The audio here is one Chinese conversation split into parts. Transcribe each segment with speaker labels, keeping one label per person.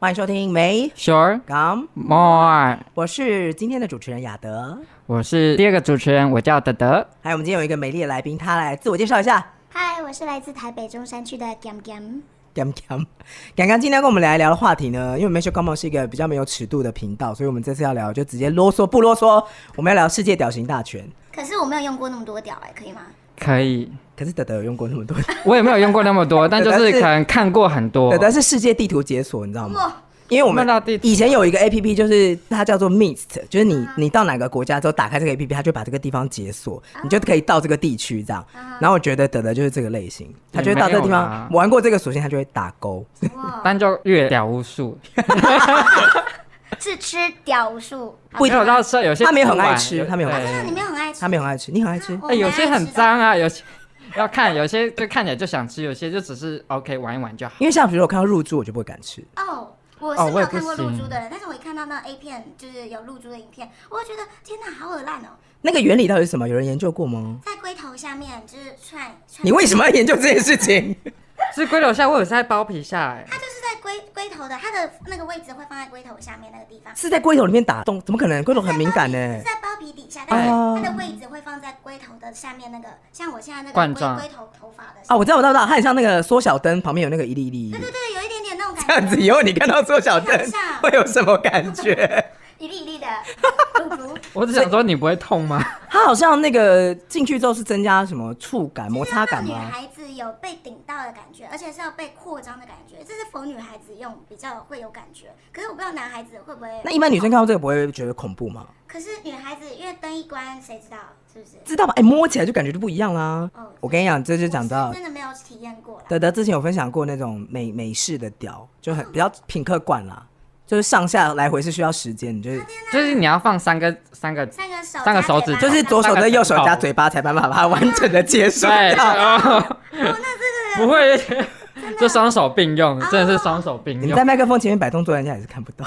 Speaker 1: 欢迎收听没
Speaker 2: Sure
Speaker 1: Come
Speaker 2: More，
Speaker 1: 我是今天的主持人雅德，
Speaker 2: 我是第二个主持人，我叫德德。
Speaker 1: 还有我们今天有一个美丽的来宾，他来自我介绍一下。
Speaker 3: 嗨，我是来自台北中山区的 Gam Gam。
Speaker 1: 刚刚今天跟我们来聊的话题呢，因为 Make Sure Come On 是一个比较没有尺度的频道，所以我们这次要聊就直接啰嗦不啰嗦，我们要聊世界屌型大全。
Speaker 3: 可是我没有用过那么多屌可以吗？
Speaker 2: 可以，
Speaker 1: 可是德德有用过那么多，
Speaker 2: 我也没有用过那么多，但就是可能看过很多。
Speaker 1: 德德是世界地图解锁，你知道吗？因为我们
Speaker 2: 到
Speaker 1: 以前有一个 APP， 就是它叫做 Mist， 就是你到哪个国家之后打开这个 APP， 它就把这个地方解锁，你就可以到这个地区这样。然后我觉得德德就是这个类型，他就会到这个地方玩过这个属性，他就会打勾，
Speaker 2: 但就越屌无数。
Speaker 3: 是吃屌无数，
Speaker 1: 不一定
Speaker 2: 到时候有些
Speaker 1: 他没有很爱吃，他没有很爱吃，
Speaker 3: 你没有很爱吃，
Speaker 1: 他没有很爱吃，你很爱吃。
Speaker 2: 有些很脏啊，有些要看，有些就看起来就想吃，有些就只是 OK 玩一玩就好。
Speaker 1: 因为像比如我看到入猪，我就不会敢吃。
Speaker 3: 我是没有看过露珠的人，但是我一看到那 A 片，就是有露珠的影片，我会觉得天哪，好恶烂哦！
Speaker 1: 那个原理到底是什么？有人研究过吗？
Speaker 3: 在龟头下面就是串。
Speaker 1: 你为什么要研究这件事情？
Speaker 2: 是龟头下，我有是在包皮下
Speaker 3: 它就是在龟头的，它的那个位置会放在龟头下面那个地方。
Speaker 1: 是在龟头里面打洞？怎么可能？龟头很敏感呢。
Speaker 3: 是在包皮底下，但是它的位置会放在龟头的下面那个，像我现在那个龟头头发的。
Speaker 1: 啊，我知道，它很像那个缩小灯旁边有那个一粒一粒。
Speaker 3: 对，有一点点那种感觉。
Speaker 1: 这样子以后你看到缩小灯会有什么感觉？
Speaker 3: 一粒一粒的露珠。
Speaker 2: 我只想说你不会痛吗？
Speaker 1: 它好像那个进去之后是增加什么触感、摩擦感吗？
Speaker 3: 女孩子有被顶到的感觉，而且是要被扩张的感觉，这是否女孩子用比较会有感觉。可是我不知道男孩子会不会。
Speaker 1: 那一般女生看到这个不会觉得恐怖吗？
Speaker 3: 可是女孩子因为灯一关，谁知道是不是？
Speaker 1: 知道吧？摸起来就感觉就不一样啦。我跟你讲，这就讲到
Speaker 3: 真的没有体验过啦。
Speaker 1: 德德之前有分享过那种美式的屌，就很比较品客惯啦。就是上下来回是需要时间，
Speaker 2: 就是你要放三个手指，
Speaker 1: 就是左手跟右手加嘴巴才办法把它完整的结束掉。
Speaker 3: 那这个
Speaker 2: 不会，就双手并用，真的是双手并用。
Speaker 1: 你在麦克风前面摆动作，人家也是看不到。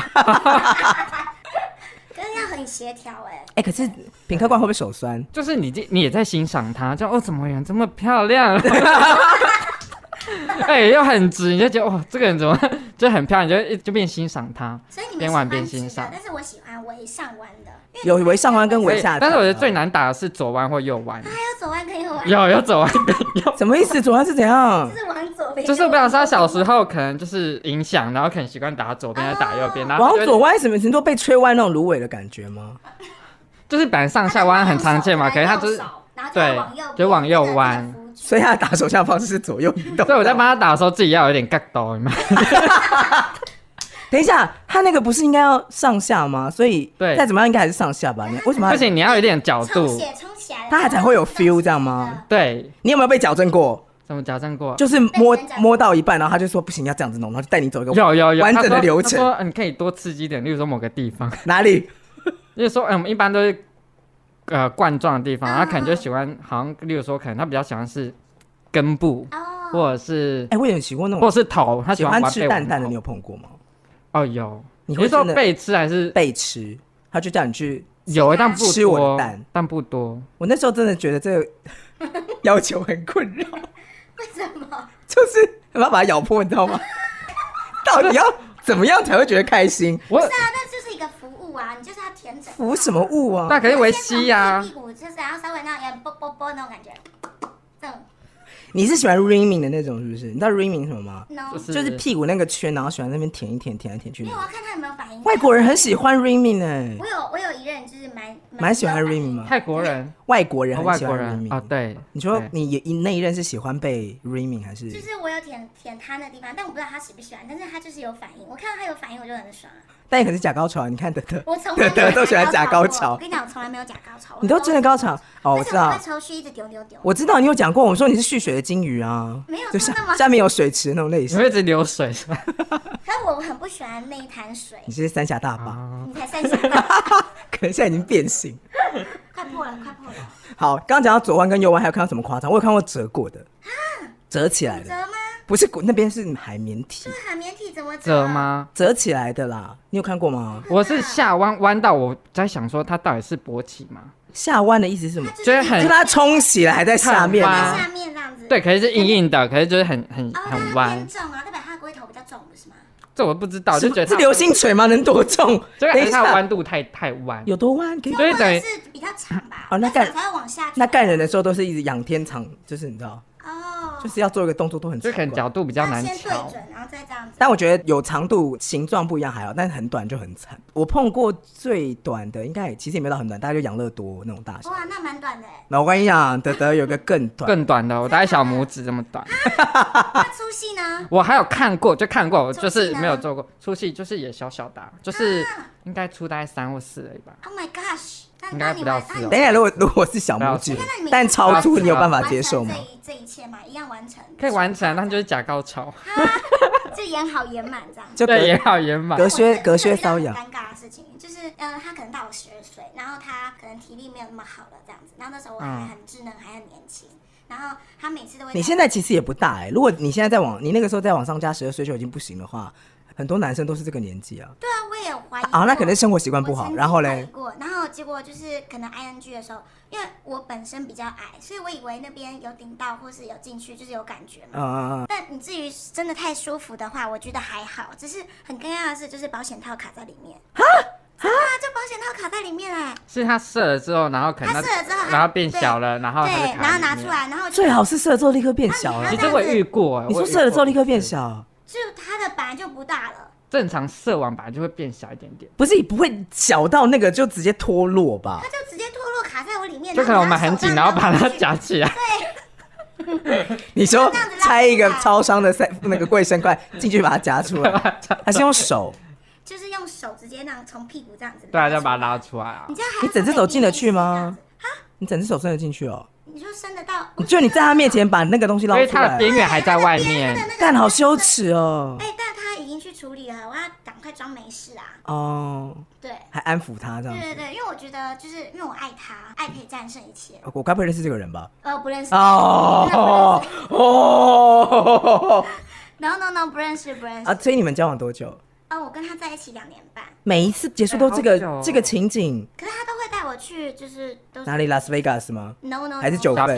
Speaker 3: 可是要很协调
Speaker 1: 可是品客惯会不会手酸？
Speaker 2: 就是你也在欣赏他，就怎么人这么漂亮？又很直，你就觉得这个人怎么就很漂亮，你就变欣赏他，
Speaker 3: 所以你们
Speaker 2: 边玩边欣赏。
Speaker 3: 但是我喜欢围上弯的，
Speaker 1: 有围上弯跟围下。
Speaker 2: 但是我觉得最难打的是左弯或右弯。
Speaker 3: 还有左弯跟右弯。
Speaker 2: 有左弯跟右。
Speaker 1: 什么意思？左弯是怎样？
Speaker 3: 就是往左边。
Speaker 2: 就是我不知道他小时候可能就是影响，然后可能习惯打左边，再打右边。然后
Speaker 1: 往左弯什么程度被吹弯那种芦苇的感觉吗？
Speaker 2: 就是本来上下弯很常见嘛，可是他就是对，就往右弯。
Speaker 1: 所以他的打手枪方式是左右移动。
Speaker 2: 所以我在帮他打的时候，自己要有点角度，
Speaker 1: 等一下，他那个不是应该要上下吗？所以再怎么样应该还是上下吧？为什么
Speaker 2: 不行？你要有点角度，
Speaker 3: 冲起来，
Speaker 1: 他才会有 feel 这样吗？
Speaker 2: 对，
Speaker 1: 你有没有被矫正过？
Speaker 2: 怎么矫正过？
Speaker 1: 就是摸到一半，然后他就说不行，要这样子弄，然后就带你走一个
Speaker 2: 有
Speaker 1: 完整的流程。
Speaker 2: 他说你可以多刺激一点，例如说某个地方
Speaker 1: 哪里？
Speaker 2: 例如说，我们一般都是冠状的地方，他可能就喜欢，好像例如说，可能他比较喜欢是根部，或者是
Speaker 1: 我有洗过那种，
Speaker 2: 或者是头，他
Speaker 1: 喜欢吃蛋蛋的，你有碰过吗？
Speaker 2: 有。
Speaker 1: 你会
Speaker 2: 说被吃还是
Speaker 1: 被吃？他就叫你去
Speaker 2: 但不多
Speaker 1: 吃我的蛋，
Speaker 2: 但不多。
Speaker 1: 我那时候真的觉得这个要求很困扰。
Speaker 3: 为什么？
Speaker 1: 就是我要把它咬破，你知道吗？到底要怎么样才会觉得开心？
Speaker 3: 不是啊，那就是一个服务啊，你就是要舔整。
Speaker 1: 服什么务啊？
Speaker 2: 那可是维 C 啊。
Speaker 3: 屁股就是然后稍微那样啵啵啵那种感觉，这种。
Speaker 1: 你是喜欢 rimming 的那种是不是？你知道 rimming 什么吗？
Speaker 3: No，
Speaker 1: 就是屁股那个圈，然后喜欢那边舔一舔，舔来舔去。
Speaker 3: 因为我要看他有没有反应。
Speaker 1: 外国人很喜欢 rimming
Speaker 3: 我有一任就是
Speaker 1: 蛮喜欢 rimming 吗？
Speaker 2: 泰国人、
Speaker 1: 外国人很喜欢 rimming
Speaker 2: 对。
Speaker 1: 你说你那一任是喜欢被 rimming 还是？
Speaker 3: 就是我有舔他那地方，但我不知道他喜不喜欢，但是他就是有反应。我看到他有反应，我就很爽啊。
Speaker 1: 但也可是假高潮，你看德德，
Speaker 3: 我从来没有
Speaker 1: 都喜欢假高潮。
Speaker 3: 我跟你讲，我从来没有假高潮。
Speaker 1: 你都真的高潮哦，我知道。
Speaker 3: 我会抽蓄一直丢。
Speaker 1: 我知道你有讲过，我说你是蓄水的金鱼啊，
Speaker 3: 没有，
Speaker 1: 就下面有水池那种类型。
Speaker 2: 你会一直流水是吧？
Speaker 3: 可是我很不喜欢那一滩水。
Speaker 1: 你是三峡大坝，
Speaker 3: 你才三峡大坝，
Speaker 1: 可能现在已经变形，
Speaker 3: 快破了。
Speaker 1: 好，刚刚讲到左弯跟右弯，还有看到什么夸张？我有看过折过的，折起来的。
Speaker 3: 折吗？
Speaker 1: 不是，那边是海绵体。
Speaker 3: 是海绵体怎么
Speaker 2: 折吗？
Speaker 1: 折起来的啦，你有看过吗？
Speaker 2: 我是下弯到我在想说，它到底是勃起吗？
Speaker 1: 下弯的意思是什么？
Speaker 2: 就是很，
Speaker 1: 它冲起来还在下面吗？
Speaker 3: 在下面这样子。
Speaker 2: 对，可是是硬硬的，可是就是很弯。
Speaker 3: 偏重啊，代表它的龟头比较重，不是吗？
Speaker 2: 这我不知道，就觉得
Speaker 1: 是流星锤吗？能多重？
Speaker 2: 这个它的弯度太弯，
Speaker 1: 有多弯？
Speaker 3: 所以等于是比较长吧。
Speaker 1: 哦，那
Speaker 3: 才会往下。
Speaker 1: 那干人的时候都是一直仰天长，就是你知道。就是要做一个动作都很长，
Speaker 2: 就可能角度比较难调，
Speaker 3: 先对准，然后再这样子。
Speaker 1: 但我觉得有长度、形状不一样还好，但是很短就很惨。我碰过最短的，应该其实也没有到很短，大概就养乐多那种大小。
Speaker 3: 哇，那蛮短的。
Speaker 1: 那我跟你讲，德德有个更
Speaker 2: 短的，我大概小拇指这么短。
Speaker 3: 那粗细呢？
Speaker 2: 我还有看过，我就是没有做过粗细，就是也小小的，就是应该粗大概3或4而已吧。
Speaker 3: Oh my gosh！
Speaker 2: 应该不到4。
Speaker 1: 等一下，如果是小拇指，但超粗，你有办法接受吗？
Speaker 3: 这一切嘛，一样完成。
Speaker 2: 可以完成，但就是假高潮。
Speaker 3: 就演好演满这样。
Speaker 1: 就
Speaker 2: 演好演满。
Speaker 1: 隔靴搔痒。
Speaker 3: 尴尬的事情就是，他可能大我12岁，然后他可能体力没有那么好了这样子，然后那时候我还很稚嫩，还很年轻。然后他每次都会。
Speaker 1: 你现在其实也不大如果你现在你那个时候再往上加12岁就已经不行的话，很多男生都是这个年纪啊。
Speaker 3: 对啊，我也有怀疑
Speaker 1: 那可能生活习惯不好。然后嘞，
Speaker 3: 然后结果就是可能 ING 的时候，因为我本身比较矮，所以我以为那边有顶到或是有进去，就是有感觉嘛。但你至于真的太舒服的话，我觉得还好。只是很尴尬的是，就是保险套卡在里面。就保险套卡在里面
Speaker 2: 是他射了之后，然后可能
Speaker 3: 他射了之后，
Speaker 2: 然后变小了，然后
Speaker 3: 对，然后拿出来，然后
Speaker 1: 最好是射了之后立刻变小了。
Speaker 2: 其实我遇过，
Speaker 1: 你说射了之后立刻变小，
Speaker 3: 就它的本来就不大了。
Speaker 2: 正常射完本来就会变小一点点，
Speaker 1: 不是不会小到那个就直接脱落吧？
Speaker 3: 它就直接脱落卡在我里面，
Speaker 2: 就可能我们很紧，然后把它夹起来。
Speaker 3: 对，
Speaker 1: 你说拆一个超商的那个柜身块进去把它夹出来，还是用手？
Speaker 3: 就是用手直接那样从屁股这样子。
Speaker 2: 对啊，就把它拉出来啊。
Speaker 1: 你整只手进得去吗？你整只手伸得进去哦？
Speaker 3: 你说伸得到？
Speaker 1: 就你在他面前把那个东西捞出来，
Speaker 2: 所以它的边缘还在外面。
Speaker 1: 但好羞耻哦。
Speaker 3: 但他已经去处理了，我要赶快装没事啊。对，
Speaker 1: 还安抚他这样。
Speaker 3: 对，因为我觉得就是因为我爱他，爱可以战胜一切。
Speaker 1: 我该不会认识这个人吧？
Speaker 3: 不认识。No， 不认识。
Speaker 1: 所以你们交往多久？
Speaker 3: 我跟他在一起2年半。
Speaker 1: 每一次结束都这个情景。
Speaker 3: 可是他都会带我去，就是
Speaker 1: 哪里？拉斯维加斯吗
Speaker 3: ？No，
Speaker 1: 还是酒吧？
Speaker 3: 就是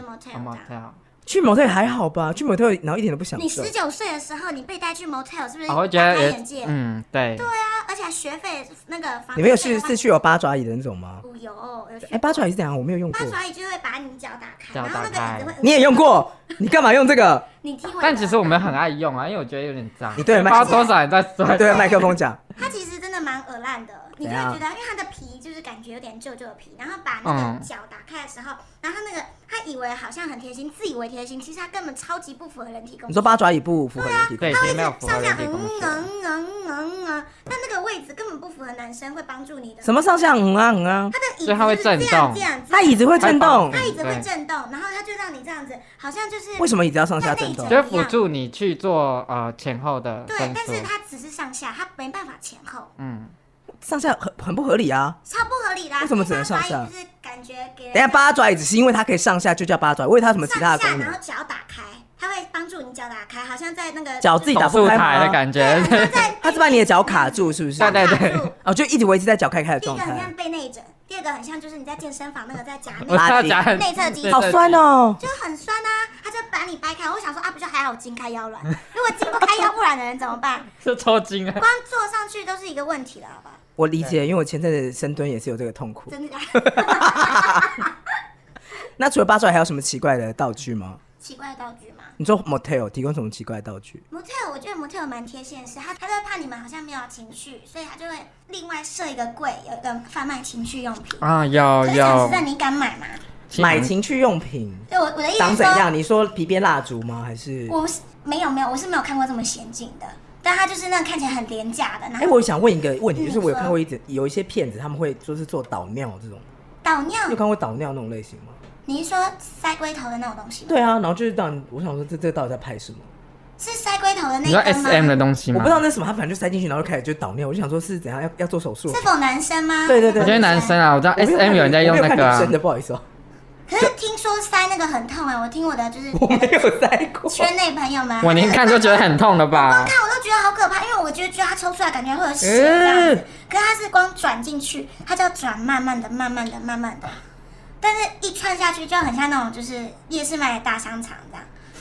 Speaker 3: motel。
Speaker 1: 去 motel 还好吧？去 motel 然后一点都不享受。
Speaker 3: 你19岁的时候，你被带去 motel 是不是？
Speaker 2: 我会觉得
Speaker 3: 大开眼界。
Speaker 2: 对。
Speaker 3: 对啊，而且学费那个房。
Speaker 1: 你们是去有八爪椅的那种吗？
Speaker 3: 有。
Speaker 1: 八爪椅是怎样？我没有用过。
Speaker 3: 八爪椅就会把你脚打开，然后那个椅子会。
Speaker 1: 你也用过？你干嘛用这个？
Speaker 3: 你听我。
Speaker 2: 但其实我们很爱用啊，因为我觉得有点脏。
Speaker 1: 你对
Speaker 2: 不知道多少人在说。
Speaker 1: 对麦克风讲。
Speaker 3: 它其实真的蛮恶烂的，你就会觉得，因为它的皮就是感觉有点旧旧的皮，然后把那个脚打开的时候，然后那个他以为好像很贴心，自以为贴心，其实他根本超级不符合人体工学。
Speaker 1: 你说八爪椅不符合人体工学？
Speaker 2: 对，
Speaker 3: 它会
Speaker 2: 没有符合人体工学。
Speaker 3: 但那个位置根本不符合男生会帮助你的。
Speaker 1: 什么上下？它
Speaker 3: 的椅子
Speaker 2: 会震动，
Speaker 1: 它椅子会震动，
Speaker 3: 它椅子会震动，然后它就让你这样子，好像就是
Speaker 1: 为什么椅子要上下震动？
Speaker 2: 就是辅助你去做前后的伸缩。
Speaker 3: 对，但是它只是上下，它没办法前后。
Speaker 1: 上下很不合理啊，
Speaker 3: 超不合理的。
Speaker 1: 为什么只能上下？
Speaker 3: 就是感觉给人。
Speaker 1: 等一下八爪椅只是因为它可以上下就叫八爪椅，为它什么其他的功能？
Speaker 3: 然后脚打开，它会帮助你脚打开，好像在那个
Speaker 1: 脚自己打不开
Speaker 2: 的感觉。
Speaker 1: 它是把你的脚卡住，是不是？
Speaker 2: 对。
Speaker 1: 就一直维持在脚开开的状态。
Speaker 3: 第一个很像背内枕，第二个很像就是你在健身房那个在夹
Speaker 2: 内
Speaker 3: 侧肌，
Speaker 1: 好酸哦，
Speaker 3: 就很酸啊。他就把你掰开，我想说不就还好筋开腰软，如果筋不开腰不软的人怎么办？
Speaker 2: 是抽筋啊！
Speaker 3: 光坐上去都是一个问题了，好吧？
Speaker 1: 我理解，因为我前阵子深蹲也是有这个痛苦。
Speaker 3: 真的假
Speaker 1: 的？那除了八爪还有什么奇怪的道具吗？
Speaker 3: 奇怪的道具吗？
Speaker 1: 你说 motel 提供什么奇怪的道具
Speaker 3: ？motel 我觉得 motel 蛮贴心的是，他就会怕你们好像没有情绪，所以他就会另外设一个柜，有一个贩卖情趣用品
Speaker 2: 啊，有。
Speaker 3: 实在你敢买吗？
Speaker 1: 买情趣用品？
Speaker 3: 对，我的意思
Speaker 1: 长怎样？你说皮鞭蜡烛吗？还是？
Speaker 3: 我没有，我是没有看过这么先进的。但它就是那看起来很廉价的。
Speaker 1: 我想问一个问题，就是我有看过有一些骗子，他们会就是做倒尿这种。
Speaker 3: 倒尿？
Speaker 1: 你有看过倒尿那种类型吗？
Speaker 3: 你是说塞龟头的那种东西吗？
Speaker 1: 对啊，然后就是我想说这到底在拍什么？
Speaker 3: 是塞龟头的那个吗？
Speaker 2: 你说 SM 的东西吗？
Speaker 1: 我不知道那是什么，他反正就塞进去，然后就开始就倒尿。我就想说是怎样要做手术？
Speaker 3: 是否男生吗？
Speaker 1: 对。
Speaker 2: 我觉得男生啊，我知道 SM 有人在用那个。
Speaker 1: 女生的不好意思哦。
Speaker 3: 可是听说塞那个很痛我听我的就是
Speaker 1: 我没有塞过。
Speaker 3: 圈内朋友们，
Speaker 2: 我连看就觉得很痛了吧？
Speaker 3: 光看我都觉得好可怕，因为我觉得它抽出来感觉会有血这样子。可是它是光转进去，它就要转慢慢的，但是一穿下去就很像那种就是夜市卖的大香肠这样。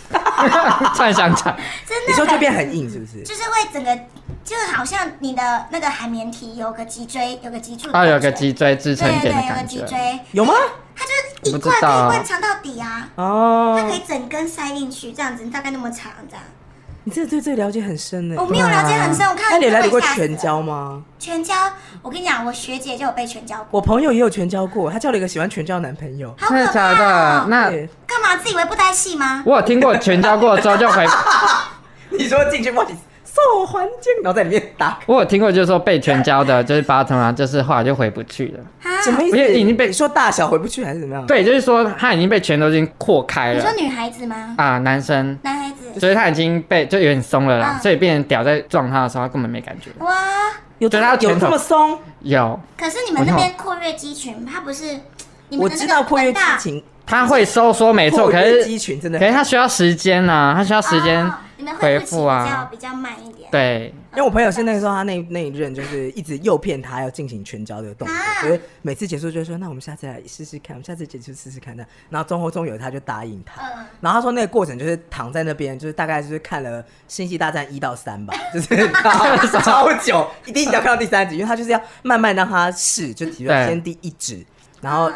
Speaker 2: 串香肠，
Speaker 3: 真的。
Speaker 1: 你说就变很硬是不是？
Speaker 3: 就是会整个，就好像你的那个海绵体有个脊椎，有个脊柱
Speaker 2: 有个脊椎支撑点的
Speaker 3: 有个
Speaker 2: 感觉。
Speaker 3: 脊椎
Speaker 1: 有吗？
Speaker 3: 它就是一罐可以灌肠到底啊！
Speaker 1: 哦，
Speaker 3: 它可以整根塞进去，这样子大概那么长，这样。
Speaker 1: 你真的对这个了解很深呢。
Speaker 3: 我没有了解很深，我看到
Speaker 1: 你来过全胶吗？
Speaker 3: 全胶，我跟你讲，我学姐就有被全胶过。
Speaker 1: 我朋友也有全胶过，她交了一个喜欢全胶的男朋友。
Speaker 3: 好可怕哦！
Speaker 2: 那
Speaker 3: 干嘛自以为不带戏吗？
Speaker 2: 我有听过全胶过之后就回。
Speaker 1: 你说进去哇，你受环境，然后在里面打。
Speaker 2: 我有听过，就是说被全胶的，就是bottom啊，就是后来就回不去了。
Speaker 1: 什么意思？
Speaker 2: 因为已经被
Speaker 1: 你说大小回不去还是怎么样？
Speaker 2: 对，就是说他已经被全都已经扩开了。
Speaker 3: 你说女孩子吗？
Speaker 2: 男生。
Speaker 3: 男孩子。
Speaker 2: 所以他已经被就有点松了啦，所以变成屌在撞他的时候，他根本没感觉。
Speaker 3: 哇，
Speaker 1: 有这么松？
Speaker 2: 有。
Speaker 3: 可是你们那边括约肌群，它不是你们的那个
Speaker 1: 我知道括约肌群，
Speaker 2: 它会收缩没错，可是
Speaker 1: 肌群真的，
Speaker 2: 可是它需要时间啊，它需要时间恢复
Speaker 3: 啊，比较慢一点。
Speaker 2: 对，
Speaker 1: 因为我朋友是那个时候，他那一任就是一直诱骗他要进行全交的动作，所以每次结束就说：“那我们下次来试试看，我们下次结束试试看。”然后终有他就答应他。然后他说那个过程就是躺在那边，就是大概就是看了《星际大战》1到3吧，就是超久，一定要看到第3集，因为他就是要慢慢让他试，就比如说先第1指。然后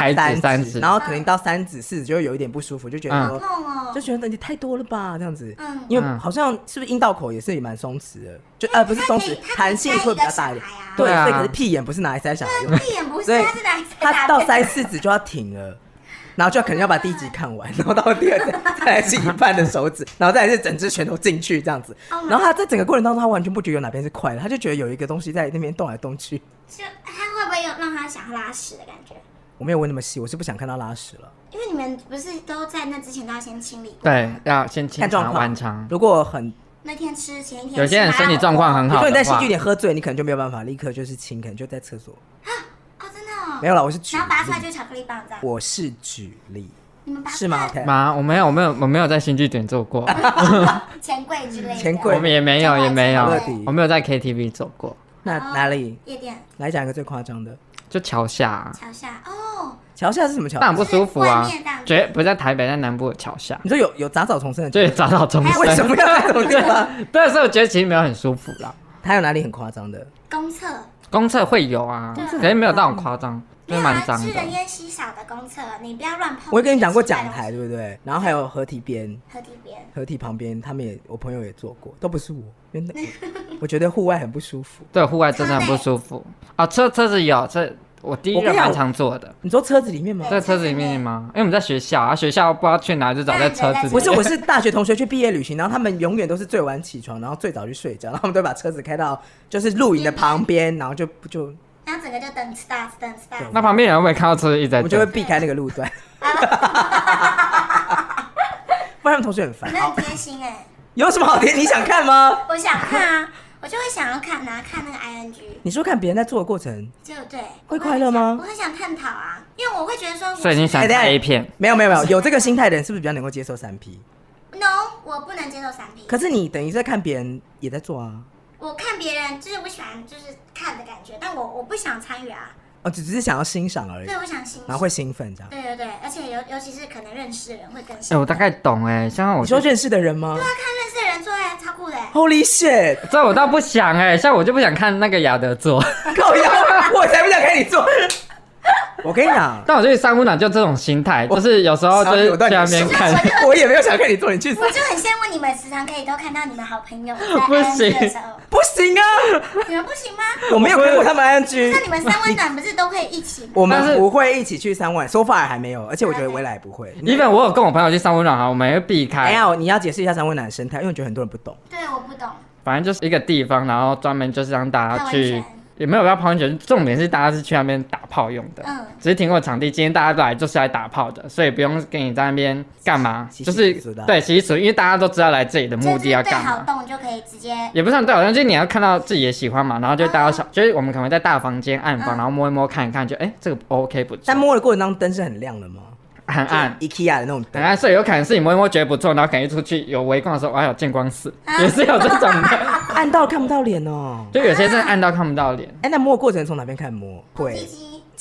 Speaker 1: 2、3指，然后可能到3指、4指就会有一点不舒服，就觉得说，就觉得你太多了吧这样子，因为好像是不是阴道口也是蛮松弛的，就不是松弛，弹性会比较大一点，对，所以可是屁眼不是拿来塞小孩用，
Speaker 3: 屁眼不是，它是拿来塞大便，
Speaker 1: 他到3、4指就要停了。然后就可能要把第1集看完，然后到第2集再来是一半的手指，然后再来是整只拳头进去这样子。然后他在整个过程当中，他完全不觉得有哪边是快的，他就觉得有一个东西在那边动来动去。
Speaker 3: 是他会不会有让他想拉屎的感觉？
Speaker 1: 我没有问那么细，我是不想看到拉屎了。
Speaker 3: 因为你们不是都在那之前都要先清理过？
Speaker 2: 对，要先清肠完肠。
Speaker 1: 如果很
Speaker 3: 那天吃前一天，
Speaker 2: 有些人身体状况很好，
Speaker 1: 如果你在戏剧点喝醉，你可能就没有办法立刻就是清，可能就在厕所。
Speaker 3: 真的
Speaker 1: 没有了，我是举例，
Speaker 3: 然后拔出来就是巧克力棒这样。
Speaker 1: 我是举例。
Speaker 3: 你们
Speaker 1: 是吗？
Speaker 2: 妈，我没有在新剧点做过，
Speaker 3: 钱柜之类的，
Speaker 1: 钱柜
Speaker 2: 我们也没有，我没有在 KTV 走过。
Speaker 1: 那哪里？
Speaker 3: 夜店。
Speaker 1: 来讲一个最夸张的，
Speaker 2: 就桥下。
Speaker 1: 桥下是什么桥？
Speaker 2: 当然不舒服啊，绝不在台北，在南部的桥下。
Speaker 1: 你说有杂草丛生的？
Speaker 2: 对，杂草丛生。
Speaker 1: 为什么要在这种地方？
Speaker 2: 对，所以我觉得其实没有很舒服啦。
Speaker 1: 还有哪里很夸张的？
Speaker 3: 公厕
Speaker 2: 会有啊，可是没有到很夸张。
Speaker 3: 没有啊，是人烟稀少的公厕，你不要乱碰。
Speaker 1: 我也跟你讲过讲台，对不对？然后还有河堤边，河堤旁边，我朋友也做过，都不是我，因为我觉得户外很不舒服。
Speaker 2: 对，户外真的很不舒服啊。车子有，我第一任蛮常坐的。
Speaker 1: 你说车子里面吗？
Speaker 2: 在车子里面吗？因为我们在学校啊，学校不知道去哪就找在车子里面。
Speaker 1: 不是，我是大学同学去毕业旅行，然后他们永远都是最晚起床，然后最早去睡觉，然后他们都把车子开到就是露营的旁边，然后就。
Speaker 3: 然后整个就等 start。
Speaker 2: 那旁边人会不会看到车子一直在？
Speaker 1: 我们就会避开那个路段，不然他们同学很烦。
Speaker 3: 那很贴心哎。
Speaker 1: 有什么好贴？你想看吗？
Speaker 3: 我想看啊，我就会想要看那个 ING。
Speaker 1: 你说看别人在做的过程，
Speaker 3: 对，
Speaker 1: 会快乐吗？
Speaker 3: 我很想探讨啊，因为我会觉得说，
Speaker 2: 所以你想看 A 片？
Speaker 1: 没有，有这个心态的人是不是比较能够接受3P？
Speaker 3: No， 我不能接受3P。
Speaker 1: 可是你等于在看别人也在做啊。
Speaker 3: 我看别人就是我喜欢就是看的感觉，但我不想参与啊。
Speaker 1: 只是想要欣赏而已。
Speaker 3: 对，我想欣赏，
Speaker 1: 然后会兴奋这样。
Speaker 3: 对，而且尤其是可能认识的人会更兴
Speaker 2: 奋。我大概懂像
Speaker 1: 你说认识的人吗？
Speaker 3: 对啊，看认识的人做超酷的。
Speaker 1: Holy shit！
Speaker 2: 这我倒不想像我就不想看那个亚德做。
Speaker 1: 靠腰，我才不想看你做。我跟你讲，
Speaker 2: 但我觉得三姑娘就这种心态，就是有时候就是去那边看，
Speaker 1: 我也没有想看你做，你去死。
Speaker 3: 我就很羡慕你们时常可以都看到你们好朋友在
Speaker 2: 不行，
Speaker 1: 不行啊！
Speaker 3: 你们不行吗？
Speaker 1: 我没有看过他们 ING。
Speaker 3: 那你们三温暖不是都会一起吗？
Speaker 1: 我们不会一起去3万 ，so far 还没有，而且我觉得未来不会。
Speaker 2: 因为我有跟我朋友去三温暖哈，我们会避开。
Speaker 1: 哎呀，你要解释一下3温暖的生态，因为我觉得很多人不懂。
Speaker 3: 对，我不懂。
Speaker 2: 反正就是一个地方，然后专门就是让大家去。也没有要泡温泉，重点是大家是去那边打炮用的。只是停过场地，今天大家都来就是来打炮的，所以不用跟你在那边干嘛，就是对洗洗，因为大家都知道来这里的目的要干嘛。
Speaker 3: 对好动就可以直接，
Speaker 2: 也不算对好动，就是你要看到自己也喜欢嘛，然后就带到小，就是我们可能在大房间暗房，然后摸一摸看一看，就这个 OK 不错。
Speaker 1: 但摸的过程当中灯是很亮的吗？
Speaker 2: 很暗
Speaker 1: ，IKEA 的那种灯，
Speaker 2: 很暗，所以有可能是你摸一摸觉得不错，然后可能一出去有微光的时候，有见光死，也是有这种的，
Speaker 1: 暗到看不到脸哦。
Speaker 2: 就有些真的暗到看不到脸。
Speaker 1: 那摸的过程从哪边开始摸？会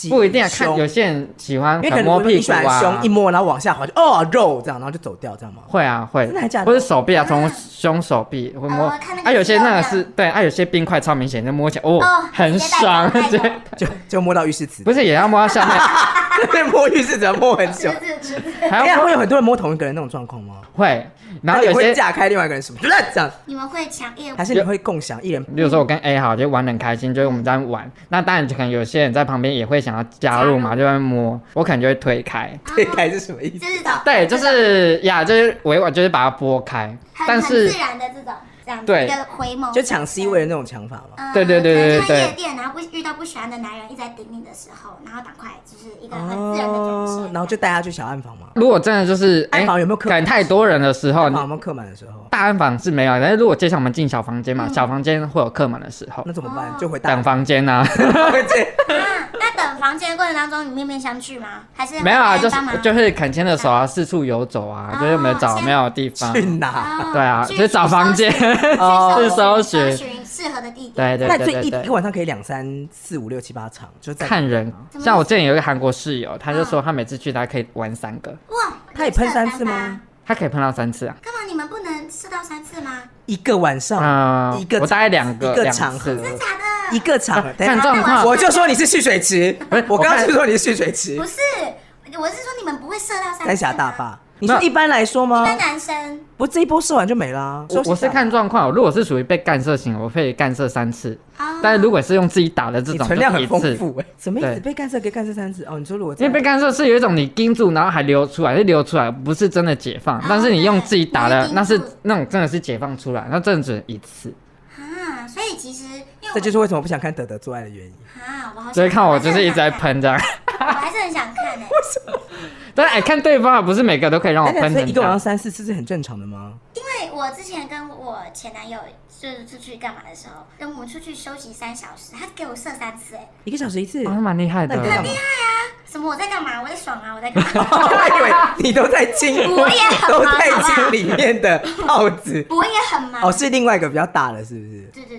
Speaker 2: 不一定啊，看有些人喜欢摸屁股啊，
Speaker 1: 胸一摸然后往下滑就肉这样，然后就走掉这样吗？
Speaker 2: 会啊会，
Speaker 1: 真的还假的？
Speaker 2: 或者手臂啊，从胸手臂会摸，有些那个是对，有些冰块超明显，就摸起来很爽，
Speaker 1: 就摸到浴室池，
Speaker 2: 不是也要摸到下面？
Speaker 1: 摸浴室只要摸很久，会有很多人摸同一个人那种状况吗？
Speaker 2: 会。然后有些
Speaker 1: 会架开另外一个人什么这样，
Speaker 3: 你们会抢一人，
Speaker 1: 还是你会共享一人？
Speaker 2: 比如说我跟 A 好，就玩得很开心，就是我们在玩。那当然可能有些人在旁边也会想要加入嘛，就在摸，我可能就会推开。
Speaker 1: 推开是什么意思？
Speaker 2: 对，就是就是委婉，就是把它拨开。但是
Speaker 3: 很自然的这种。
Speaker 2: 对，
Speaker 3: 一个回眸，
Speaker 1: 就抢 C 位的那种抢法嘛。
Speaker 2: 对。
Speaker 3: 夜店，然后遇到不喜欢的男人一直在顶你的时候，然后赶快就是一个很自然的转身，
Speaker 1: 然后就带他去小暗房嘛。
Speaker 2: 如果真的就是
Speaker 1: 暗房有没有客
Speaker 2: 满太多人的时候，
Speaker 1: 暗房有没有客满的时候？
Speaker 2: 大暗房是没有，但是如果接下来我们进小房间嘛，小房间会有客满的时候，
Speaker 1: 那怎么办？就回
Speaker 2: 等房间啊。
Speaker 3: 那等房间的过程当中，你面面相觑吗？还是
Speaker 2: 没有啊？就是恳牵着手啊，四处游走啊，就是有没有找没有地方
Speaker 1: 去哪？
Speaker 2: 对啊，就是找房间，
Speaker 3: 去
Speaker 2: 搜寻
Speaker 3: 适合的地
Speaker 2: 点。对。
Speaker 1: 那所以一个晚上可以2、3、4、5、6、7、8场，就
Speaker 2: 看人。像我之前有一个韩国室友，他就说他每次去他可以玩3个。
Speaker 3: 哇，
Speaker 1: 他也喷3次吗？
Speaker 2: 他可以喷到3次啊。
Speaker 3: 干嘛你们不能试到3次吗？
Speaker 1: 一个晚上，
Speaker 2: 我大概2个
Speaker 1: 场合，
Speaker 3: 真的假的？
Speaker 1: 一个场，
Speaker 2: 看状况。
Speaker 1: 我就说你是蓄水池，我刚刚就说你是蓄水池。
Speaker 3: 不是，我是说你们不会射到3次。
Speaker 1: 三峡大坝。你说一般来说吗？
Speaker 3: 一般男生
Speaker 1: 不，这一波射完就没啦。
Speaker 2: 我是看状况，如果是属于被干射型，我可以干射3次。但是如果是用自己打的这种，
Speaker 1: 存量很丰富哎。什么意思？被干射可以干射3次？哦，你说如果
Speaker 2: 因为被干射是有一种你盯住，然后还流出来，是流出来，不是真的解放。但是你用自己打的，那是那种真的是解放出来，那真的只能1次。
Speaker 3: 所以其实
Speaker 1: 这就是为什么不想看德德做爱的原因。
Speaker 2: 所以看我就是一直在喷这样。
Speaker 3: 我还是很想看
Speaker 1: 为什么？
Speaker 2: 但看对方不是每个都可以让我喷。
Speaker 1: 所以一个晚上3、4次是很正常的吗？
Speaker 3: 因为我之前跟我前男友就是出去干嘛的时候，跟我们出去休息3小时，他给我射3次
Speaker 1: 1个小时1次，
Speaker 2: 蛮厉害的。
Speaker 3: 很厉害啊！什么我在干嘛？我在爽啊！我在干嘛？
Speaker 1: 我以为你都在清，
Speaker 3: 我也很
Speaker 1: 都在清里面的泡子。
Speaker 3: 我也很忙。
Speaker 1: 是另外一个比较大的，是不是？
Speaker 3: 对。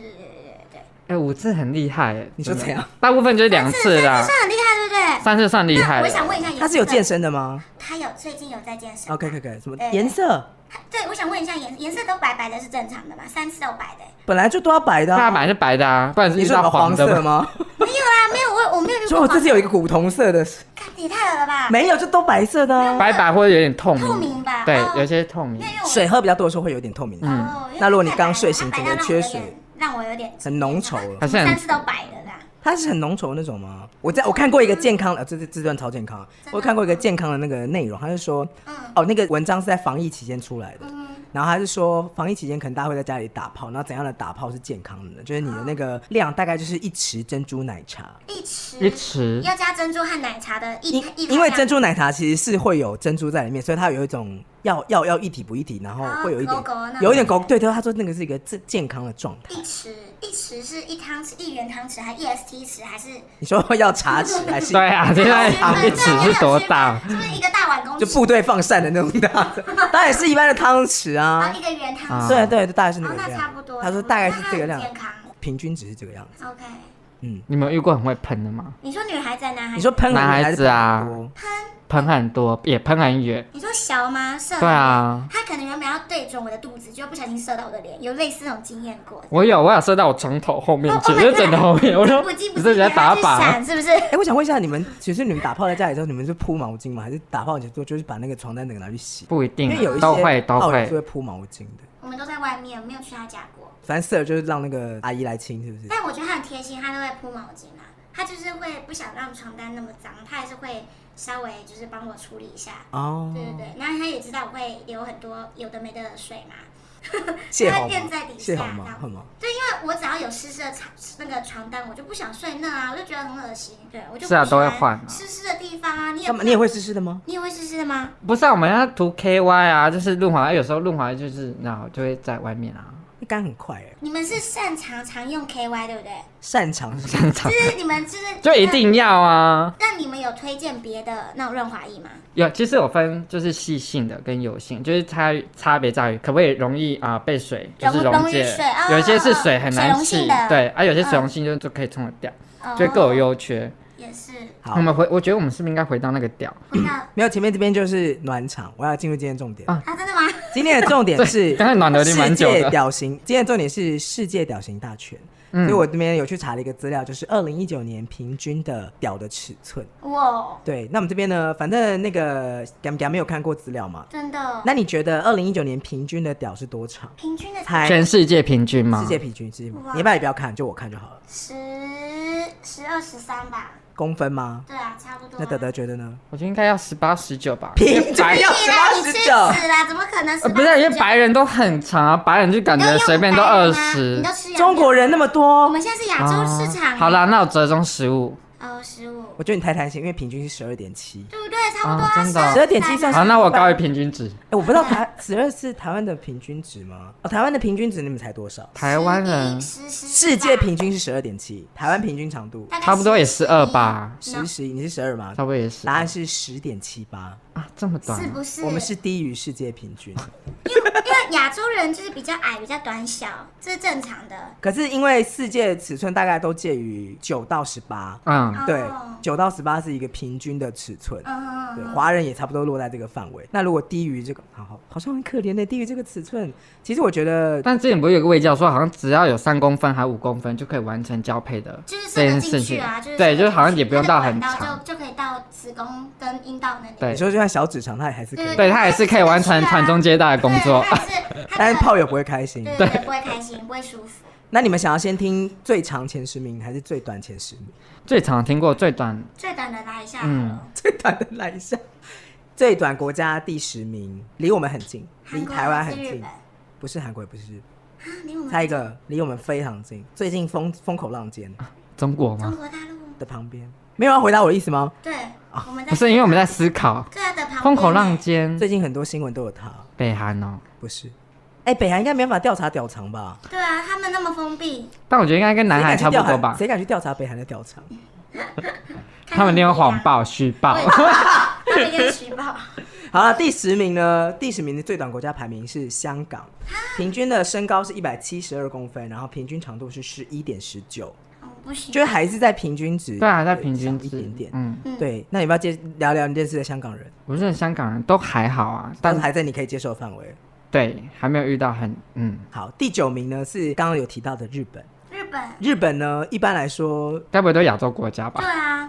Speaker 2: 5次很厉害，
Speaker 1: 你说怎样？
Speaker 2: 大部分就是2次啦。
Speaker 3: 3次算很厉害，对不对
Speaker 2: ？3次算厉害。
Speaker 3: 我想问一下，
Speaker 1: 他是有健身的吗？
Speaker 3: 他最近有在健身。
Speaker 1: OK，什么颜色？
Speaker 3: 对，我想问一下，颜色都白白的是正常的吗？3次都白的。
Speaker 1: 本来就都要白的。
Speaker 2: 它本来是白的啊，不然是遇到黄
Speaker 1: 色吗？
Speaker 3: 没有啦，没有，我没有遇过。
Speaker 1: 所以我这次有一个古铜色的。
Speaker 3: 也太恶了吧？
Speaker 1: 没有，就都白色的。
Speaker 2: 白或者有点透明。
Speaker 3: 透明吧？
Speaker 2: 对，有些透明。
Speaker 1: 水喝比较多的时候会有点透明。那如果你刚睡醒，整个缺水。
Speaker 3: 让我有点
Speaker 1: 很浓稠了
Speaker 3: ，3次都白的啦。
Speaker 1: 它是很浓稠那种吗？我看过一个健康的，这段超健康。我看过一个健康的那个内容，他是说，那个文章是在防疫期间出来的。然后他是说，防疫期间可能大家会在家里打炮，然后怎样的打炮是健康的？就是你的那个量大概就是1匙珍珠奶茶
Speaker 2: ，1匙
Speaker 3: 要加珍珠和奶茶的
Speaker 1: 因为珍珠奶茶其实是会有珍珠在里面，所以它有一种要一体不一体，然后会有一点狗。对，他说那个是一个健康的状态。
Speaker 3: 1匙是1元汤匙，还EST 匙还是？
Speaker 1: 你说要茶匙还是？
Speaker 2: 对啊，现在1匙是多大？
Speaker 3: 是不是一个大碗公匙？
Speaker 1: 就部队放膳的那种大的，当然是一般的汤匙啊。
Speaker 3: 一个圆汤匙。
Speaker 1: 对，大概是那个量。
Speaker 3: 那差不多。
Speaker 1: 他说大概是这个量，平均值是这个样子。
Speaker 3: OK。
Speaker 2: 你们有遇过很会喷的吗？
Speaker 3: 你说女孩子男孩子？
Speaker 1: 你说喷
Speaker 2: 男孩子啊？喷很多，也喷很远。
Speaker 3: 你说小吗？射？
Speaker 2: 对啊。
Speaker 3: 他可能原本要对准我的肚子，就不小心射到我的脸，有类似那种经验过。
Speaker 2: 我有射到我床头后面去，就枕头后面。我说，
Speaker 3: 你这人打靶是不是？
Speaker 1: 我想问一下，其实你们打炮在家里的时候，你们是铺毛巾吗？还是打炮前就是把那个床单整个拿去洗？
Speaker 2: 不一定，
Speaker 1: 因为有一些
Speaker 2: 都会
Speaker 1: 是会铺毛巾的。
Speaker 3: 我们都在外面，没有去他家过。
Speaker 1: 反正射就是让那个阿姨来亲，是不是？
Speaker 3: 但我觉得他很贴心，他都会铺毛巾啊。他就是会不想让床单那么脏，他还是会稍微就是帮我处理一下。对，然后他也知道我会流很多有的没的水嘛。
Speaker 1: 泄洪
Speaker 3: 垫在底下，对，因为我只要有湿的那个床单，我就不想睡那啊，我就觉得很恶心。对，我就不
Speaker 2: 都会换
Speaker 3: 湿的地方啊。你
Speaker 1: 也会湿的吗？
Speaker 3: 你也会湿的吗？
Speaker 2: 不是，我们要涂 KY 啊，就是润滑，有时候润滑就是然后就会在外面啊。
Speaker 1: 干很快哎！
Speaker 3: 你们是常用 KY 对不对？
Speaker 1: 擅长，
Speaker 3: 就是你们
Speaker 2: 就一定要啊。
Speaker 3: 那你们有推荐别的那种润滑液吗？
Speaker 2: 有，其实有分就是细性的跟油性，就是差别在于可不可以容易被水就是溶解，有一些是水很难洗，对，有些水溶性就可以冲得掉，就各有优缺。
Speaker 3: 也是。
Speaker 2: 好，我觉得我们是不是应该回到那个屌？
Speaker 1: 没有，前面这边就是暖场，我要进入今天重点
Speaker 3: 啊，真的吗？
Speaker 1: 今天的重点是
Speaker 2: 刚才暖的有点蛮久的。
Speaker 1: 世界屌型，今天的重点是世界屌型大全。所以我这边有去查了一个资料，就是2019年平均的屌的尺寸。哇！对，那我们这边呢，反正那个没有看过资料嘛，
Speaker 3: 真的。
Speaker 1: 那你觉得2019年平均的屌是多长？
Speaker 3: 平均的
Speaker 2: 全世界平均吗？
Speaker 1: 世界平均，你要不要也不要看，就我看就好了。
Speaker 3: 12、13吧。
Speaker 1: 公分吗？
Speaker 3: 对啊，差不多。
Speaker 1: 那德德觉得呢？
Speaker 2: 我觉得应该要18、19吧。
Speaker 1: 平均要18、19
Speaker 3: 啦，怎么可能18、19？
Speaker 2: 不是，因为白人都很长啊，白人就感觉随便都20。
Speaker 1: 中国人那么多，
Speaker 3: 我们现在是亚洲市场。
Speaker 2: 好啦，那我折中15。
Speaker 3: 15。
Speaker 1: 我觉得你太贪心，因为平均是12.7，
Speaker 3: 对不对？差不多啊，
Speaker 2: 真的
Speaker 1: 12.7算。
Speaker 2: 好，那我高于平均值。
Speaker 1: 我不知道12是台湾的平均值吗？台湾的平均值你们才多少？
Speaker 2: 台湾人
Speaker 1: 世界平均是12.7，台湾平均长度
Speaker 2: 差不多也12吧。
Speaker 1: 11，你是12吗？
Speaker 2: 差不多也是。
Speaker 1: 答案是10.78
Speaker 2: 啊，这么短？
Speaker 3: 是不是？
Speaker 1: 我们是低于世界平均。
Speaker 3: 因为亚洲人就是比较矮、比较短小，这是正常的。
Speaker 1: 可是因为世界尺寸大概都介于9到18，对，9到18是一个平均的尺寸，对，华人也差不多落在这个范围。那如果低于这个，好像很可怜的，低于这个尺寸，其实我觉得，
Speaker 2: 但之前不是有个卫教说，好像只要有3公分还5公分就可以完成交配的这件事情啊，对，就是好像也不用到很长，
Speaker 3: 就可以到子宫跟阴道那里。
Speaker 1: 对，你说就算小指肠，它也还是可以，
Speaker 2: 对，它也是可以完成传宗接代的工作，
Speaker 1: 但是炮友不会开心，
Speaker 3: 对，不会开心，不会舒服。
Speaker 1: 那你们想要先听最长前10名还是最短前10名？
Speaker 2: 最长听过，最短
Speaker 3: 的来一下，
Speaker 1: 最短的来一下。最短国家第10名，离我们很近，离台湾很近，不是韩国，也不是日本，猜一个，离我们非常近，最近风口浪尖，
Speaker 2: 中国吗？
Speaker 3: 中国大陆
Speaker 1: 的旁边，没有要回答我的意思吗？
Speaker 3: 对，我们
Speaker 2: 不是，因为我们在思考，
Speaker 3: 对啊，的旁边，
Speaker 2: 风口浪尖，
Speaker 1: 最近很多新闻都有他，
Speaker 2: 北韩哦，
Speaker 1: 不是。北韩应该没办法调查屌肠吧？
Speaker 3: 对啊，他们那么封闭。
Speaker 2: 但我觉得应该跟南韩差不多吧。
Speaker 1: 谁敢去调查北韩的屌肠？
Speaker 2: 他们一定会谎报、虚报。
Speaker 3: 他们一定虚报。
Speaker 1: 好了，第10名呢？第10名的最短国家排名是香港，平均的身高是172公分，然后平均长度是11.19。
Speaker 3: 不行，
Speaker 1: 就是还是在平均值。
Speaker 2: 对啊，在平均值
Speaker 1: 一点点。对。那你要不要聊聊你认识的香港人？
Speaker 2: 我认识香港人都还好啊，
Speaker 1: 但还在你可以接受的范围。
Speaker 2: 对，还没有遇到很
Speaker 1: 好，第9名呢是刚刚有提到的日本。
Speaker 3: 日
Speaker 1: 本呢，一般来说，
Speaker 2: 该不会都亚洲国家吧？
Speaker 3: 对啊。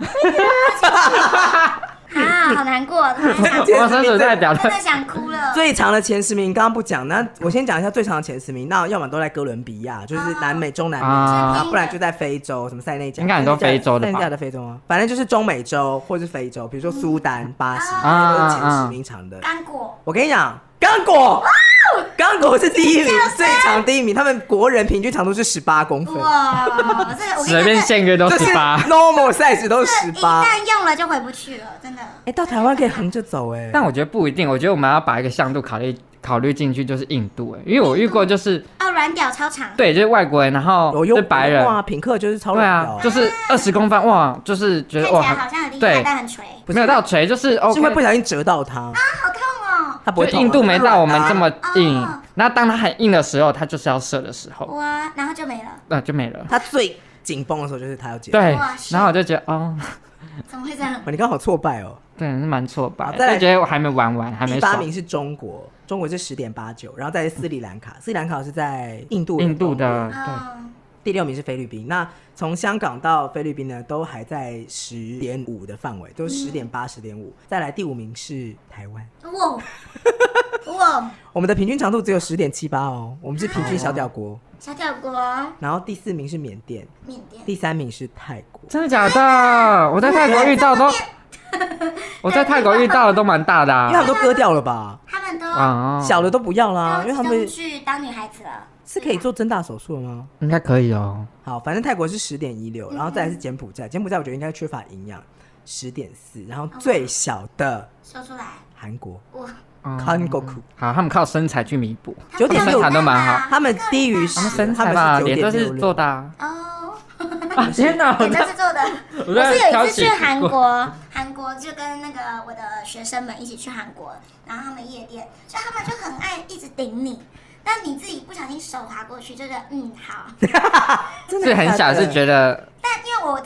Speaker 3: 好难过，
Speaker 2: 我伸手在屌，
Speaker 3: 真的想哭了。
Speaker 1: 最长的前10名刚刚不讲，那我先讲一下最长的前10名。那要么都在哥伦比亚，就是南美、中南美，不然就在非洲，什么塞内加，
Speaker 2: 应该很多非洲的吧？
Speaker 1: 塞内加的非洲啊，反正就是中美洲或是非洲，比如说苏丹、巴西，都是前10名长的。
Speaker 3: 刚果，
Speaker 1: 我跟你讲，刚果是第1名，最长第1名，他们国人平均长度是18公分。
Speaker 3: 哇，
Speaker 2: 随便限约都18
Speaker 1: ，normal size 都是18。
Speaker 3: 一旦用了就回不去了，真的。
Speaker 1: 到台湾可以横着走哎。
Speaker 2: 但我觉得不一定，我觉得我们要把一个向度考虑进去，就是印度因为我遇过就是
Speaker 3: 软屌超长。
Speaker 2: 对，就是外国人，然后是白人。
Speaker 1: 哇，品客就是超软屌。
Speaker 2: 就是20公分哇，就是觉得
Speaker 3: 哇，看起来好像很厉害，但很垂。
Speaker 2: 没有到垂，就是
Speaker 1: 是会不小心折到它。
Speaker 3: 好痛哦。
Speaker 1: 它不会痛。
Speaker 2: 硬度没到我们这么硬。然后当它很硬的时候，它就是要射的时候。
Speaker 3: 哇，然后就没了。
Speaker 2: 就没了。
Speaker 1: 它最紧绷的时候就是它要解。
Speaker 2: 对。然后我就觉得
Speaker 3: 怎么会这样？
Speaker 1: 你刚好挫败哦。
Speaker 2: 对，是蛮挫败。就觉得我还没玩完，还没爽。
Speaker 1: 第8名是中国是10.89，然后再是斯里兰卡，斯里兰卡是在印度
Speaker 2: 的。
Speaker 1: 对。第6名是菲律宾。那从香港到菲律宾呢，都还在10.5的范围，都是10.8、10.5。再来第5名是台湾。哇！我们的平均长度只有10.78哦，我们是平均小屌国。
Speaker 3: 小屌国。
Speaker 1: 然后第4名是缅甸。第3名是泰国。
Speaker 2: 真的假的？我在泰国遇到我在泰国遇到的都蛮大的
Speaker 1: 因为他们都割掉了吧？
Speaker 3: 他们都
Speaker 1: 小的都不要啦，因为他们
Speaker 3: 去当女孩子了。
Speaker 1: 是可以做增大手术了吗？
Speaker 2: 应该可以哦。
Speaker 1: 好，反正泰国是10.16，然后再来是柬埔寨，柬埔寨我觉得应该缺乏营养，10.4，然后最小的
Speaker 3: 说出来，
Speaker 1: 韩国。
Speaker 2: 韩国好，他们靠身材去弥补
Speaker 1: ，9.6
Speaker 2: 身材都蛮好，
Speaker 1: 他们低于10，
Speaker 2: 身材吧，脸都是做的天哪！
Speaker 3: 脸都是做的。我是有一次去韩国就跟那个我的学生们一起去韩国，然后他们夜店，所以他们就很爱一直顶你，但你自己不小心手滑过去，就觉得好。
Speaker 2: 是很小是觉得。
Speaker 3: 但因为我真的不敢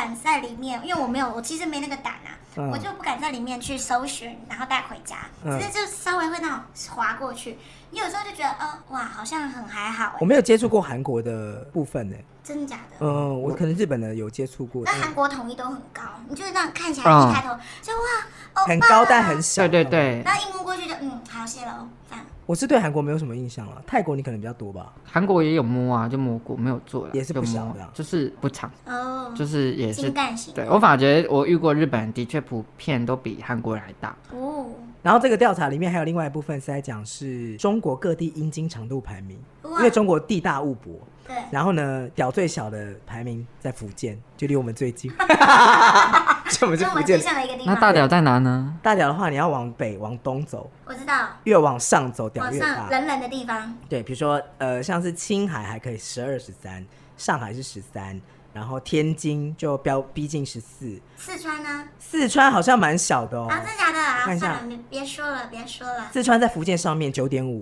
Speaker 3: 敢在里面，因为我其实没那个胆啊，我就不敢在里面去搜寻，然后带回家，只是就稍微会那种滑过去。你有时候就觉得，哇，好像很还好。
Speaker 1: 我没有接触过韩国的部分呢。
Speaker 3: 真的假的？
Speaker 1: 我可能日本的有接触过。
Speaker 3: 那韩国统一都很高，你就是那样看起来一抬头就哇，
Speaker 1: 很高但很小。
Speaker 2: 对对对。
Speaker 3: 然后一摸过去就好谢喽，这样。
Speaker 1: 我是对韩国没有什么印象了，泰国你可能比较多吧。
Speaker 2: 韩国也有摸啊，就摸过，没有做了，
Speaker 1: 也是不小的，
Speaker 2: 就是不长
Speaker 3: 哦，
Speaker 2: 就是也是
Speaker 3: 精干型。
Speaker 2: 对，我反而觉得我遇过日本人的确普遍都比韩国人还大
Speaker 3: 哦。
Speaker 1: 然后这个调查里面还有另外一部分是在讲是中国各地阴茎长度排名，因为中国地大物博。
Speaker 3: 对，
Speaker 1: 然后呢，屌最小的排名在福建，就离我们最近。就我们是福建。
Speaker 3: 最像的一个地方。
Speaker 2: 那大屌在哪呢？
Speaker 1: 大屌的话，你要往北、往东走。
Speaker 3: 我知道。
Speaker 1: 越往上走，屌越大。
Speaker 3: 往上冷的地方。
Speaker 1: 对，比如说像是青海还可以12、13，上海是13，然后天津就逼近14。
Speaker 3: 四川呢？
Speaker 1: 四川好像蛮小的哦。
Speaker 3: 真的假的啊？
Speaker 1: 看一下，
Speaker 3: 你别说了。
Speaker 1: 四川在福建上面9.5。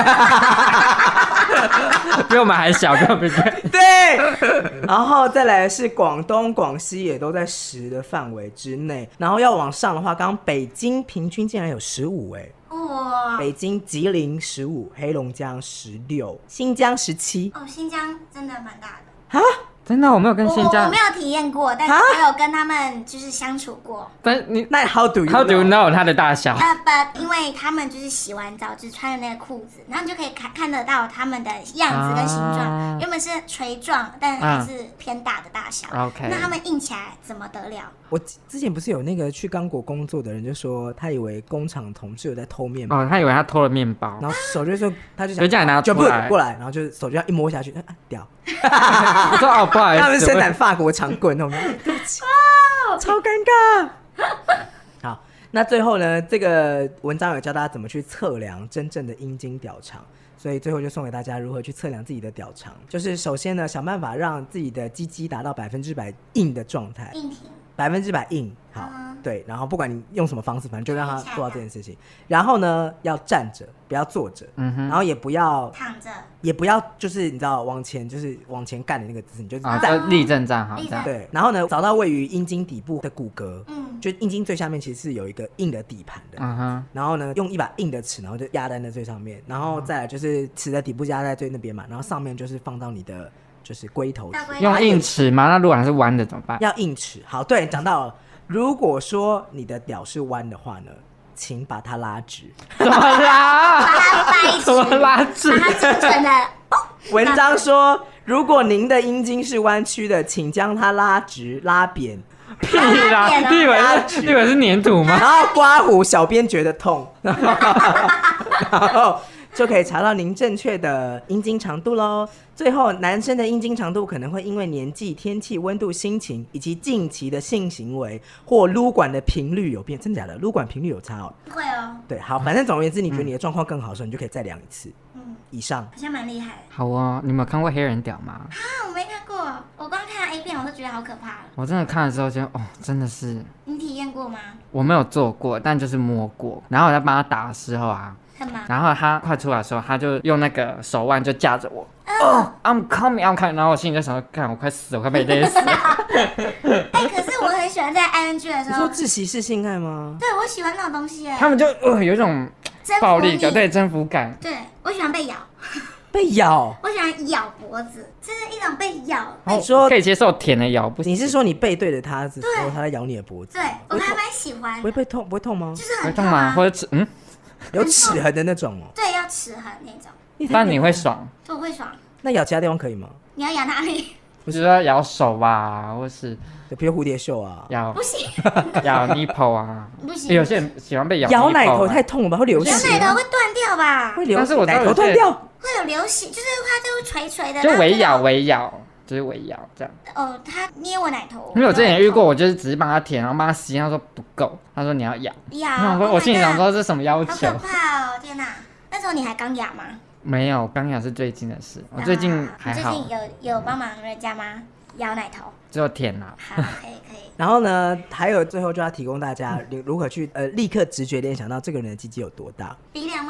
Speaker 2: 比我们还小，对不对？
Speaker 1: 对，然后再来是广东、广西也都在10的范围之内，然后要往上的话，刚刚北京平均竟然有15哎，哇！北京、吉林15，黑龙江16，新疆17。
Speaker 3: 新疆真的蛮大的。
Speaker 1: 啊？
Speaker 2: 真的，我没有跟新疆，
Speaker 3: 我没有体验过，但是我有跟他们就是相处过。
Speaker 2: 但你
Speaker 1: 那 how do you
Speaker 2: know 它的大小
Speaker 3: 因为他们就是洗完澡就穿的那个裤子，然后你就可以看得到他们的样子跟形状，原本是垂状，但还是偏大的大小。
Speaker 2: OK，
Speaker 3: 那他们硬起来怎么得了？
Speaker 1: 我之前不是有那个去刚果工作的人就说，他以为工厂同事有在偷面包，
Speaker 2: 他以为他偷了面包，
Speaker 1: 然后手就说他就想
Speaker 2: 就这样拿出来，
Speaker 1: 过来，然后就手就要一摸下去，屌。
Speaker 2: 我说不好意思，
Speaker 1: 他们生产法国长棍，对不起，超尴尬。好，那最后呢，这个文章有教大家怎么去测量真正的阴茎屌长，所以最后就送给大家如何去测量自己的屌长。就是首先呢，想办法让自己的鸡鸡达到100%硬的状态，100%硬。好，对，然后不管你用什么方式，反正就让他做到这件事情。然后呢，要站着，不要坐着，然后也不要
Speaker 3: 躺着，
Speaker 1: 也不要就是你知道往前干的那个姿势，你就站
Speaker 2: 立正站好这样。
Speaker 1: 对，然后呢，找到位于阴茎底部的骨骼，就阴茎最下面其实是有一个硬的底盘的，然后呢，用一把硬的尺，然后就压在那最上面，然后再来就是尺的底部压在最那边嘛，然后上面就是放到你的就是龟头，
Speaker 2: 用硬尺吗？那如果还是弯的怎么办？
Speaker 1: 要硬尺。好，对，讲到了。如果说你的屌是弯的话呢，请把它拉直。
Speaker 2: 怎么拉？
Speaker 3: 把它掰直。
Speaker 2: 怎么拉直？
Speaker 3: 把它精准的。
Speaker 1: 文章说，如果您的阴茎是弯曲的，请将它拉直、拉扁。
Speaker 2: 屁啦！你以为是粘土吗？
Speaker 1: 然后刮胡，小编觉得痛，然后就可以查到您正确的阴茎长度咯。最后，男生的阴茎长度可能会因为年纪、天气、温度、心情以及近期的性行为或撸管的频率有变。真的假的？撸管频率有差哦？
Speaker 3: 会哦。
Speaker 1: 对，好，反正总而言之，你觉得你的状况更好的时候，你就可以再量一次。以上。
Speaker 3: 好像蛮厉害的。
Speaker 2: 好哦，你们有看过黑人屌吗？
Speaker 3: 我没看过，我光看 A 片我都觉得好可怕了。
Speaker 2: 我真的看了之后就真的是。
Speaker 3: 你体验过吗？
Speaker 2: 我没有做过，但就是摸过。然后我在帮他打的时候啊，然后他快出来的时候，他就用那个手腕就架着我。I'm coming， 然后我心里就想说，干，我快死了，我快被勒死了。
Speaker 3: 可是我很喜欢在 ING 的时候。
Speaker 1: 你说窒息式性爱吗？
Speaker 3: 对，我喜欢那种东西。
Speaker 2: 他们就有一种暴力感，对，征服感。
Speaker 3: 对，我喜欢被咬。
Speaker 1: 被咬？
Speaker 3: 我喜欢咬脖子，这是一种被咬。
Speaker 2: 你说可以接受舔的咬，不行？
Speaker 1: 你是说你背对着他之后，他在咬你的脖子？
Speaker 3: 对，我还蛮喜欢。
Speaker 1: 不会痛？不会痛吗？
Speaker 3: 就是很痛吗？
Speaker 2: 或者
Speaker 1: 有齿痕的那种哦。
Speaker 3: 对，要齿痕那种。
Speaker 2: 但你会爽？
Speaker 3: 我会爽。
Speaker 1: 那咬其他地方可以吗？
Speaker 3: 你要咬哪里？
Speaker 2: 我觉得咬手吧，或是
Speaker 1: 比如蝴蝶袖啊，
Speaker 3: 不行，
Speaker 2: 咬 nipple 啊，
Speaker 3: 不行。
Speaker 2: 有些人喜欢被咬。
Speaker 1: 咬奶头太痛了吧？会流血。
Speaker 3: 咬奶头会断掉吧？
Speaker 1: 会流血。
Speaker 2: 但是我
Speaker 1: 奶头断掉
Speaker 3: 会有流血，就是它就会垂垂的。
Speaker 2: 就微咬，就是微咬这样。
Speaker 3: 他捏我奶头。
Speaker 2: 因为我之前遇过，我就是只是帮他舔，然后帮他吸，他说不够，他说你要咬。我心里想说这是什么要求？
Speaker 3: 好可怕哦！天哪，那时候你还刚哑吗？
Speaker 2: 没有，刚咬是最近的事。我最近还好。
Speaker 3: 最近有帮忙人家吗？咬奶头？
Speaker 2: 只有舔啦。
Speaker 3: 好，可以。
Speaker 1: 然后呢，还有最后就要提供大家如何去立刻直觉联想到这个人的鸡鸡有多大。
Speaker 3: 鼻梁吗？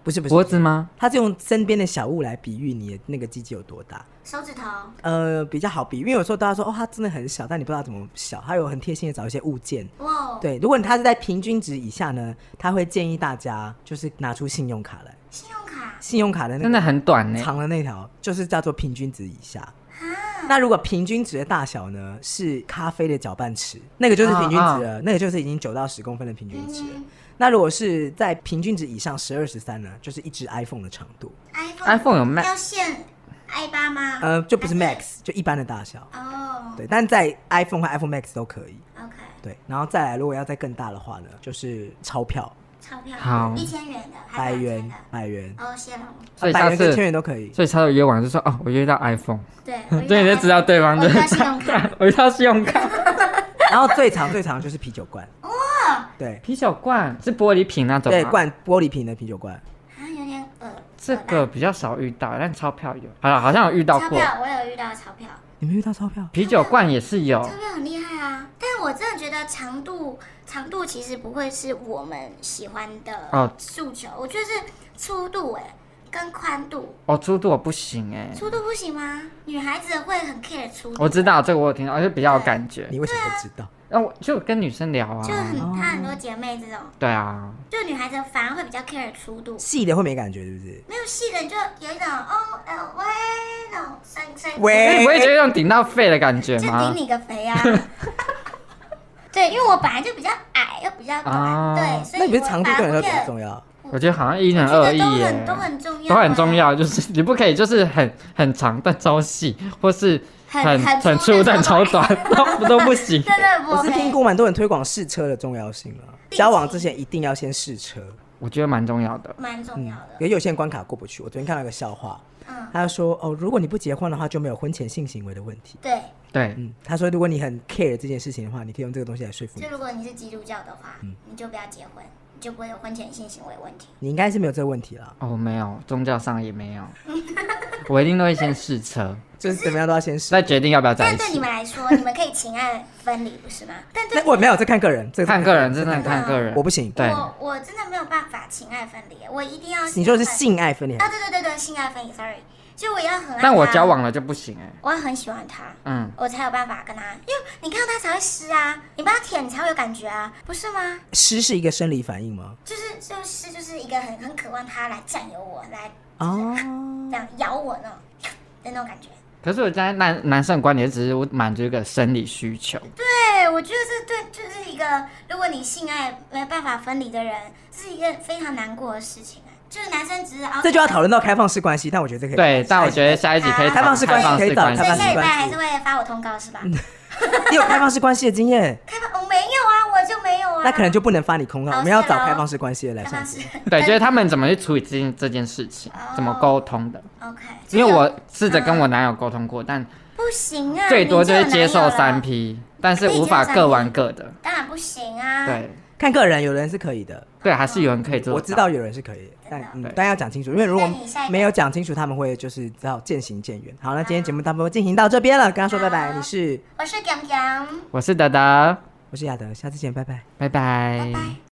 Speaker 1: 不是
Speaker 2: 脖子吗？
Speaker 1: 它是用身边的小物来比喻你的那个鸡鸡有多大。
Speaker 3: 手指头？
Speaker 1: 比较好比，因为有时候大家说它真的很小，但你不知道怎么小，它有很贴心的找一些物件。哇，对，如果它是在平均值以下呢，他会建议大家就是拿出信用卡来。信用卡的那个
Speaker 2: 真的很短
Speaker 1: 长的那条就是叫做平均值以下。那如果平均值的大小呢是咖啡的搅拌匙，那个就是平均值了，那个就是已经9到10公分的平均值了。那如果是在平均值以上12、13呢，就是一只 iPhone 的长度。
Speaker 2: iPhone 有 Max
Speaker 3: 要限 i8 吗？
Speaker 1: 就不是 Max， 就一般的大小。哦，对，但在 iPhone 和 iPhone Max 都可以。
Speaker 3: OK。
Speaker 1: 对，然后再来，如果要再更大的话呢，就是钞票。
Speaker 3: 好，1000元的，
Speaker 1: 百元。
Speaker 3: 哦，谢了。
Speaker 2: 所以
Speaker 1: 100元跟1000元都可以。
Speaker 2: 所以他的约完就说我约到 iPhone。
Speaker 3: 对，
Speaker 2: 对，你就知道对方就是我约到信用卡。
Speaker 1: 然后最长就是啤酒罐。哇，对，
Speaker 2: 啤酒罐是玻璃瓶那种吗？
Speaker 1: 对，玻璃瓶的啤酒罐。
Speaker 3: 有点
Speaker 2: 这个比较少遇到，但钞票有，好像有遇到过。
Speaker 3: 钞票我有遇到钞票。
Speaker 1: 你们遇到钞票？
Speaker 2: 啤酒罐也是有。
Speaker 3: 钞票很厉害啊，但是我真的觉得长度其实不会是我们喜欢的诉求，我觉得是粗度跟宽度。
Speaker 2: 粗度我不行
Speaker 3: 粗度不行吗？女孩子会很 care 粗度。
Speaker 2: 我知道这个我有听到，而且比较有感觉。
Speaker 1: 你为什么会知道？
Speaker 2: 我就跟女生聊啊，
Speaker 3: 就她很多姐妹这种。
Speaker 2: 对啊，
Speaker 3: 就女孩子反而会比较 care 粗度，
Speaker 1: 细的会没感觉，是不是？
Speaker 3: 没有细的你就有一种喂那种声，
Speaker 2: 喂，你不会觉得有种顶到肺的感觉吗？
Speaker 3: 就顶你个肥啊！对，因为我本来就比较矮，又比较短，对，所以
Speaker 1: 那你不是长度对你来说比较重要？
Speaker 2: 我觉得好像因人而异耶，
Speaker 3: 都很重要，
Speaker 2: 都很重要，就是你不可以就是很长但超细，或是很粗但超短，都不行。
Speaker 3: 真的不 OK。
Speaker 1: 我是听过蛮多人推广试车的重要性啊，交往之前一定要先试车，
Speaker 2: 我觉得蛮重要的，
Speaker 3: 蛮重要的。
Speaker 1: 有些人关卡过不去，我昨天看到一个笑话，他就说如果你不结婚的话，就没有婚前性行为的问题。
Speaker 2: 对，
Speaker 1: 他说如果你很 care 这件事情的话，你可以用这个东西来说服你。
Speaker 3: 就如果你是基督教的话，你就不要结婚。就不会有婚前性行为问题。
Speaker 1: 你应该是没有这个问题了。
Speaker 2: 没有，宗教上也没有。我一定都会先试车，
Speaker 1: 就是怎么样都要先试，
Speaker 2: 再决定要不要在一起。
Speaker 3: 但对你们来说，你们可以情爱分离，不是吗？但对
Speaker 1: 我没有，这看个人，
Speaker 2: 看个人，真的看个人。
Speaker 1: 我不行，
Speaker 2: 对，
Speaker 3: 我真的没有办法情爱分离，我一定要。
Speaker 1: 你说的是性爱分离
Speaker 3: 啊？对，性爱分离 ，sorry。就我要很爱他，
Speaker 2: 但我交往了就不行
Speaker 3: 我要很喜欢他，我才有办法跟他，因为你看到他才会湿啊，你帮他舔，你才会有感觉啊，不是吗？
Speaker 1: 湿是一个生理反应吗？
Speaker 3: 就是一个很渴望他来占有我，来这样咬我那种感觉。
Speaker 2: 可是我在男生的观点只是我满足一个生理需求。
Speaker 3: 对，我觉得就是一个，如果你性爱没办法分离的人，这是一个非常难过的事情。就是男生只是
Speaker 1: 这就要讨论到开放式关系，但我觉得这可以。
Speaker 2: 对，但我觉得下一集可以
Speaker 1: 开放式关系可以找开放式关系。
Speaker 3: 下礼拜还是会发我通告是吧？
Speaker 1: 你有开放式关系的经验？
Speaker 3: 我没有啊，我就没有啊。
Speaker 1: 那可能就不能发你通告，我们要找开放式关系的来上节。
Speaker 2: 对，就是他们怎么去处理这件事情，怎么沟通的。
Speaker 3: OK。
Speaker 2: 因为我试着跟我男友沟通过，但
Speaker 3: 不行啊，
Speaker 2: 最多就是接受3P，但是无法各玩各的。
Speaker 3: 当然不行啊。
Speaker 2: 对。
Speaker 1: 看个人，有人是可以的，
Speaker 2: 对，还是有人可以做。
Speaker 1: 我知道有人是可以的，但要讲清楚，因为如果没有讲清楚，他们会就是只好渐行渐远。好，那今天节目差不多进行到这边了，跟他说拜拜。我是
Speaker 3: 强强，
Speaker 2: 我是德德，
Speaker 1: 我是亚德，下次见，拜拜，
Speaker 2: 拜拜。